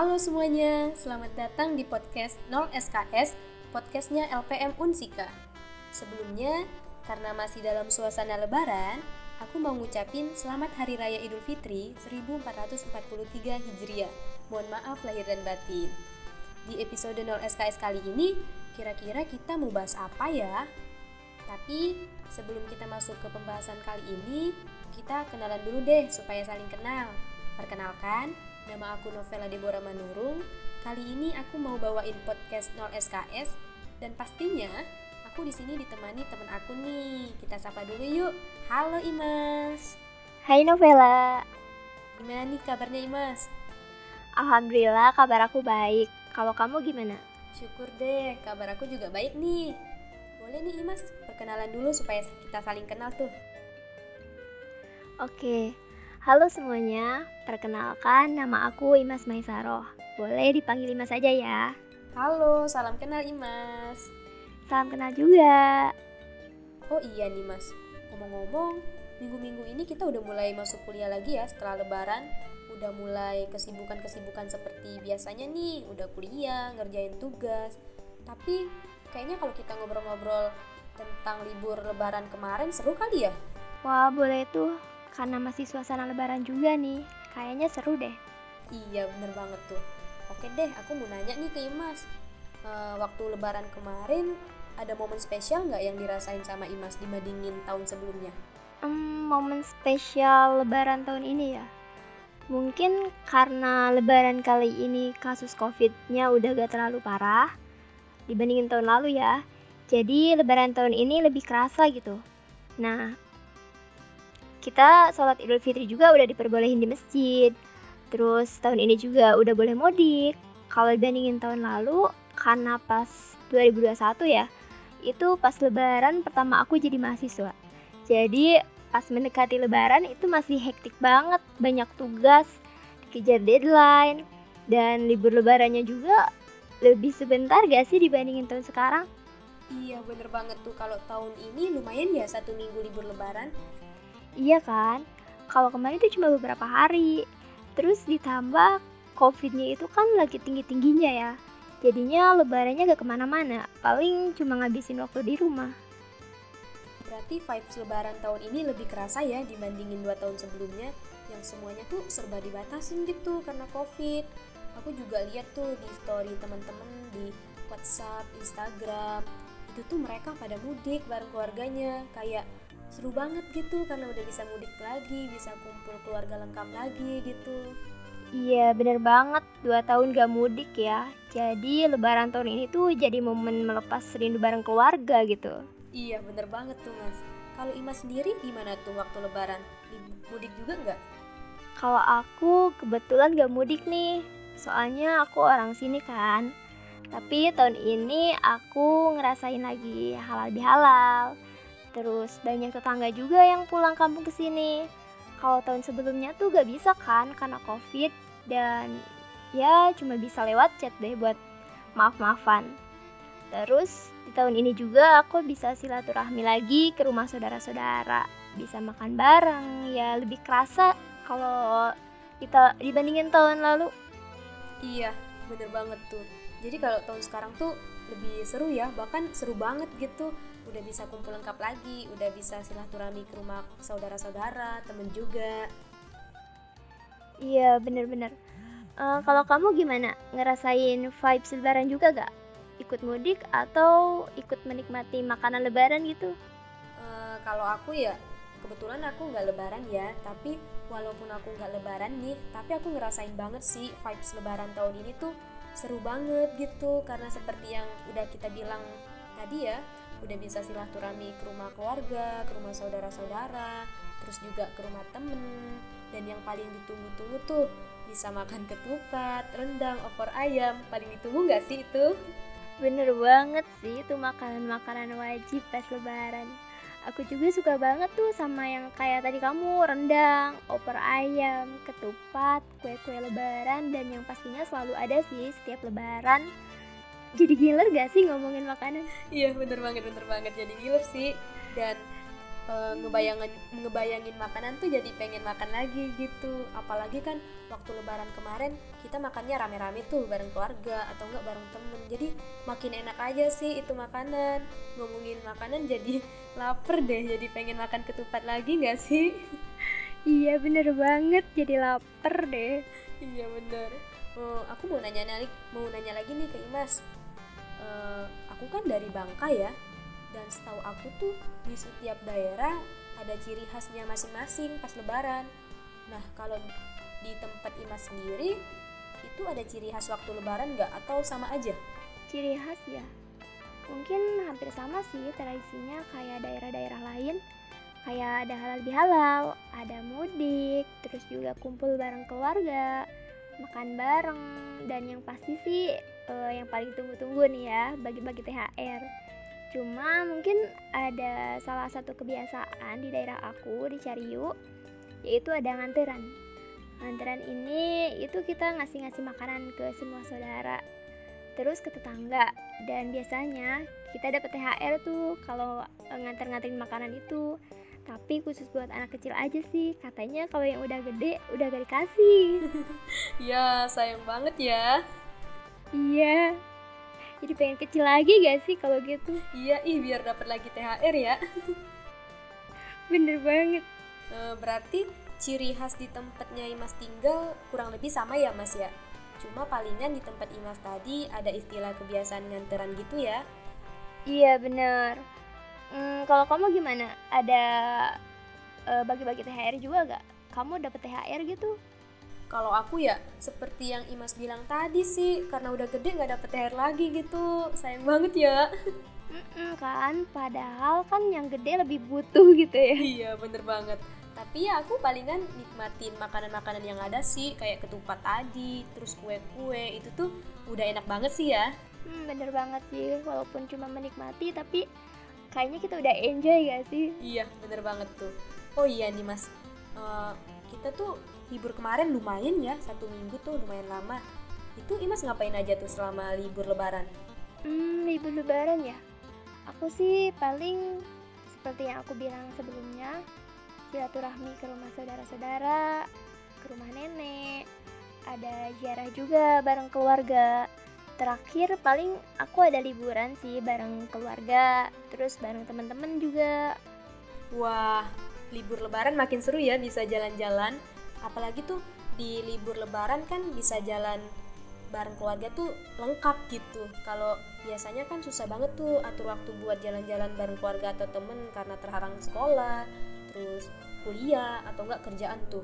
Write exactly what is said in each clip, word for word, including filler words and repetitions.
Halo semuanya, selamat datang di podcast nol S K S, podcastnya L P M Unsika. Sebelumnya, karena masih dalam suasana lebaran, aku mau ngucapin selamat Hari Raya Idul Fitri seribu empat ratus empat puluh tiga Hijriah. Mohon maaf lahir dan batin. Di episode nol S K S kali ini, kira-kira kita mau bahas apa ya? Tapi sebelum kita masuk ke pembahasan kali ini, kita kenalan dulu deh supaya saling kenal. Perkenalkan, nama aku Novela Deborah Manurung. Kali ini aku mau bawain podcast nol S K S dan pastinya aku di sini ditemani teman aku nih. Kita sapa dulu yuk. Halo Imas. Hai Novela. Gimana nih kabarnya Imas? Alhamdulillah kabar aku baik. Kalau kamu gimana? Syukur deh, kabar aku juga baik nih. Boleh nih Imas, perkenalan dulu supaya kita saling kenal tuh. Oke. Halo semuanya, perkenalkan nama aku Imas Maisaroh. Boleh dipanggil Imas saja ya. Halo, salam kenal Imas. Salam kenal juga. Oh iya nih Mas, ngomong-ngomong, minggu-minggu ini kita udah mulai masuk kuliah lagi ya setelah lebaran. Udah mulai kesibukan-kesibukan seperti biasanya nih, udah kuliah, ngerjain tugas. Tapi kayaknya kalau kita ngobrol-ngobrol tentang libur lebaran kemarin seru kali ya? Wah boleh tuh. Karena masih suasana lebaran juga nih, kayaknya seru deh. Iya bener banget tuh. Oke deh, aku mau nanya nih ke Imas, e, waktu lebaran kemarin ada momen spesial gak yang dirasain sama Imas dibandingin tahun sebelumnya? Hmm, momen spesial lebaran tahun ini ya? Mungkin karena lebaran kali ini kasus covid-nya udah gak terlalu parah dibandingin tahun lalu ya. Jadi lebaran tahun ini lebih kerasa gitu. Nah, kita sholat Idul Fitri juga udah diperbolehin di masjid. Terus tahun ini juga udah boleh mudik. Kalau dibandingin tahun lalu, karena pas dua ribu dua puluh satu ya, itu pas lebaran pertama aku jadi mahasiswa. Jadi pas mendekati lebaran itu masih hektik banget, banyak tugas, dikejar deadline, dan libur lebarannya juga lebih sebentar gak sih dibandingin tahun sekarang? Iya bener banget tuh, kalau tahun ini lumayan ya satu minggu libur lebaran. Iya kan, kalau kemarin itu cuma beberapa hari. Terus ditambah covid-nya itu kan lagi tinggi-tingginya ya. Jadinya lebarannya gak kemana-mana, paling cuma ngabisin waktu di rumah. Berarti vibes lebaran tahun ini lebih kerasa ya dibandingin dua tahun sebelumnya, yang semuanya tuh serba dibatasin gitu karena covid. Aku juga lihat tuh di story teman-teman di WhatsApp, Instagram, itu tuh mereka pada mudik bareng keluarganya, kayak seru banget gitu karena udah bisa mudik lagi, bisa kumpul keluarga lengkap lagi gitu. Iya bener banget, dua tahun gak mudik ya. Jadi lebaran tahun ini tuh jadi momen melepas rindu bareng keluarga gitu. Iya bener banget tuh Mas. Kalau Imas sendiri gimana tuh waktu lebaran? Mudik juga gak? Kalau aku kebetulan gak mudik nih, soalnya aku orang sini kan. Tapi tahun ini aku ngerasain lagi halal bihalal. Terus banyak tetangga juga yang pulang kampung ke sini. Kalau tahun sebelumnya tuh gak bisa kan karena covid, dan ya cuma bisa lewat chat deh buat maaf-maafan. Terus di tahun ini juga aku bisa silaturahmi lagi ke rumah saudara-saudara, bisa makan bareng, ya lebih kerasa kalau kita dibandingin tahun lalu. Iya bener banget tuh. Jadi kalau tahun sekarang tuh lebih seru ya, bahkan seru banget gitu. Udah bisa kumpul lengkap lagi, udah bisa silaturahmi ke rumah saudara-saudara, temen juga. Iya bener-bener. Uh, kalau kamu gimana? Ngerasain vibes lebaran juga gak? Ikut mudik atau ikut menikmati makanan lebaran gitu? Uh, kalau aku ya, kebetulan aku gak lebaran ya, tapi walaupun aku gak lebaran nih, tapi aku ngerasain banget sih vibes lebaran tahun ini tuh seru banget gitu. Karena seperti yang udah kita bilang tadi ya, udah bisa silaturahmi ke rumah keluarga, ke rumah saudara-saudara, terus juga ke rumah temen, dan yang paling ditunggu-tunggu tuh bisa makan ketupat, rendang, opor ayam. Paling ditunggu gak sih itu? Bener banget sih, itu makanan-makanan wajib pas lebaran. Aku juga suka banget tuh sama yang kayak tadi kamu, rendang, opor ayam, ketupat, kue-kue lebaran, dan yang pastinya selalu ada sih setiap lebaran. Jadi giler gak sih ngomongin makanan? Iya bener banget, bener banget, jadi giler sih. Dan uh, ngebayangin ngebayangin makanan tuh jadi pengen makan lagi gitu. Apalagi kan waktu lebaran kemarin kita makannya rame-rame tuh bareng keluarga atau enggak bareng temen, jadi makin enak aja sih itu makanan. Ngomongin makanan jadi lapar deh, jadi pengen makan ketupat lagi nggak sih? Iya bener banget, jadi lapar deh. Iya bener. Oh, aku mau nanya lagi, mau nanya lagi nih ke Imas. Uh, aku kan dari Bangka ya, dan setahu aku tuh di setiap daerah ada ciri khasnya masing-masing pas lebaran. Nah kalau di tempat Imas sendiri itu ada ciri khas waktu lebaran nggak atau sama aja? Ciri khas ya? Mungkin hampir sama sih tradisinya kayak daerah-daerah lain. Kayak ada halal bihalal, ada mudik, terus juga kumpul bareng keluarga, makan bareng, dan yang pasti sih uh, yang paling tunggu-tunggu nih ya, bagi-bagi T H R. Cuma mungkin ada salah satu kebiasaan di daerah aku di Cariu, yaitu ada nganteran. Nganteran ini itu kita ngasih-ngasih makanan ke semua saudara, terus ke tetangga, dan biasanya kita dapat T H R tuh kalau nganter-nganterin makanan itu. Tapi khusus buat anak kecil aja sih, katanya kalau yang udah gede udah gak dikasih. Ya sayang banget ya. Iya, jadi pengen kecil lagi gak sih kalau gitu? Iya, ih biar dapat lagi T H R ya. Bener banget. E, berarti ciri khas di tempatnya Imas tinggal kurang lebih sama ya Mas ya? Cuma palingan di tempat Imas tadi ada istilah kebiasaan nganteran gitu ya? Iya bener. Hmm, kalau kamu gimana? Ada uh, bagi-bagi T H R juga gak? Kamu dapet T H R gitu? Kalau aku ya seperti yang Imas bilang tadi sih, karena udah gede gak dapet T H R lagi gitu. Sayang banget ya. Mm-mm, kan, padahal kan yang gede lebih butuh gitu ya. Iya bener banget. Tapi ya aku palingan nikmatin makanan-makanan yang ada sih, kayak ketupat tadi, terus kue-kue, itu tuh udah enak banget sih ya. Hmm, bener banget sih, walaupun cuma menikmati tapi kayaknya kita udah enjoy gak sih? Iya bener banget tuh. Oh iya nih Mas, uh, kita tuh libur kemarin lumayan ya, satu minggu tuh lumayan lama. Itu Imas ngapain aja tuh selama libur lebaran? Hmm, libur lebaran ya? Aku sih paling seperti yang aku bilang sebelumnya, silaturahmi ke rumah saudara-saudara, ke rumah nenek, ada ziarah juga bareng keluarga. Terakhir paling aku ada liburan sih bareng keluarga, terus bareng teman-teman juga. Wah, libur lebaran makin seru ya, bisa jalan-jalan. Apalagi tuh di libur lebaran kan bisa jalan bareng keluarga tuh lengkap gitu. Kalau biasanya kan susah banget tuh atur waktu buat jalan-jalan bareng keluarga atau temen karena terhalang sekolah, terus kuliah atau enggak kerjaan tuh.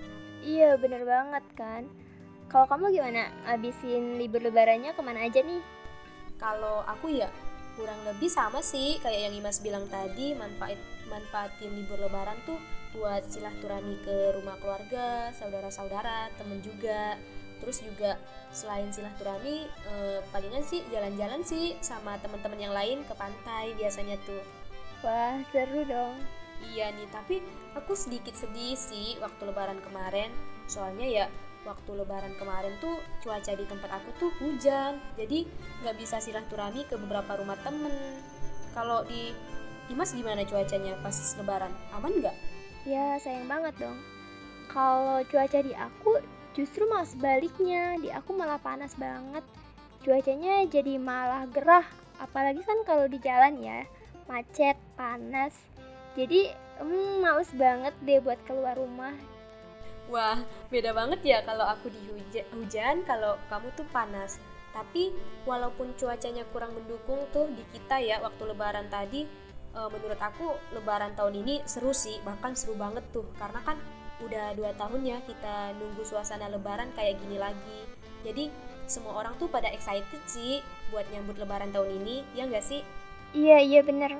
Iya bener banget kan. Kalau kamu gimana? Abisin libur lebarannya kemana aja nih? Kalau aku ya kurang lebih sama sih kayak yang Imas bilang tadi, manfaat manfaatin libur lebaran tuh buat silaturahmi ke rumah keluarga, saudara-saudara, temen juga. Terus juga selain silaturahmi, eh, palingan sih jalan-jalan sih sama teman-teman yang lain ke pantai biasanya tuh. Wah seru dong. Iya nih, tapi aku sedikit sedih sih waktu lebaran kemarin. Soalnya ya waktu lebaran kemarin tuh cuaca di tempat aku tuh hujan, jadi nggak bisa silaturahmi ke beberapa rumah temen. Kalau di Imas gimana cuacanya pas lebaran? Aman nggak? Ya sayang banget dong. Kalau cuaca di aku justru malah sebaliknya, di aku malah panas banget. Cuacanya jadi malah gerah, apalagi kan kalau di jalan ya, macet, panas. Jadi hmm, males banget deh buat keluar rumah. Wah, beda banget ya kalau aku di hujan, hujan kalau kamu tuh panas. Tapi walaupun cuacanya kurang mendukung tuh di kita ya waktu lebaran tadi, e, menurut aku lebaran tahun ini seru sih, bahkan seru banget tuh. Karena kan udah dua tahun ya kita nunggu suasana lebaran kayak gini lagi. Jadi semua orang tuh pada excited sih buat nyambut lebaran tahun ini, ya nggak sih? Iya, iya bener.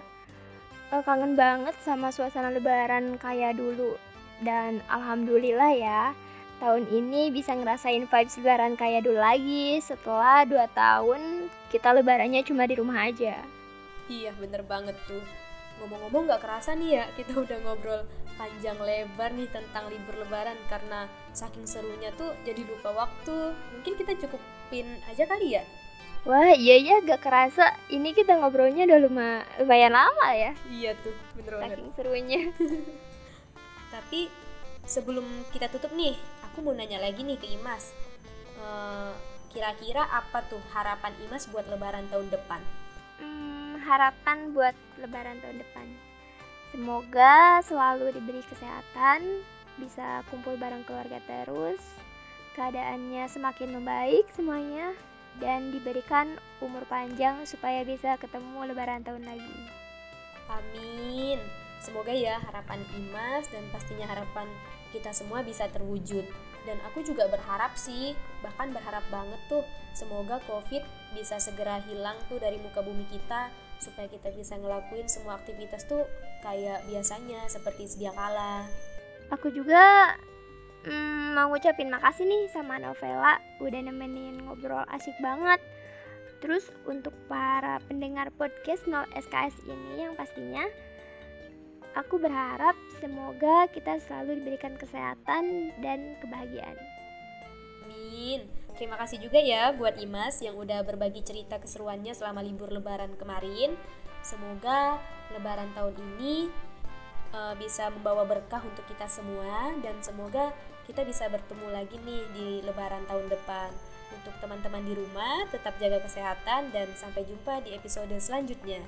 E, kangen banget sama suasana lebaran kayak dulu. Dan alhamdulillah ya, tahun ini bisa ngerasain vibes lebaran kayak dulu lagi setelah dua tahun kita lebarannya cuma di rumah aja. Iya bener banget tuh. Ngomong-ngomong gak kerasa nih ya, kita udah ngobrol panjang lebar nih tentang libur lebaran. Karena saking serunya tuh jadi lupa waktu. Mungkin kita cukupin aja kali ya? Wah, iya ya, gak kerasa. Ini kita ngobrolnya udah luma- lumayan lama ya. Iya tuh, bener banget. Saking serunya. Tapi sebelum kita tutup nih, aku mau nanya lagi nih ke Imas. Eh, kira-kira apa tuh harapan Imas buat Lebaran tahun depan? Hmm, harapan buat Lebaran tahun depan. Semoga selalu diberi kesehatan, bisa kumpul bareng keluarga terus, keadaannya semakin membaik semuanya, dan diberikan umur panjang supaya bisa ketemu Lebaran tahun lagi. Amin. Semoga ya harapan Imas dan pastinya harapan kita semua bisa terwujud. Dan aku juga berharap sih, bahkan berharap banget tuh, semoga COVID bisa segera hilang tuh dari muka bumi kita, supaya kita bisa ngelakuin semua aktivitas tuh kayak biasanya, seperti sedia kala. Aku juga hmm, mau ngucapin makasih nih sama Novela udah nemenin ngobrol asik banget. Terus untuk para pendengar podcast nol S K S ini yang pastinya aku berharap semoga kita selalu diberikan kesehatan dan kebahagiaan. Amin. Terima kasih juga ya buat Imas yang udah berbagi cerita keseruannya selama libur Lebaran kemarin. Semoga Lebaran tahun ini uh, bisa membawa berkah untuk kita semua, dan semoga kita bisa bertemu lagi nih di Lebaran tahun depan. Untuk teman-teman di rumah, tetap jaga kesehatan dan sampai jumpa di episode selanjutnya.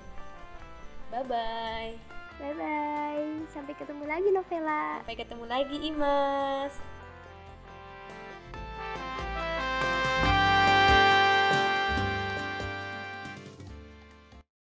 Bye-bye. Bye-bye. Sampai ketemu lagi Novela. Sampai ketemu lagi Imas.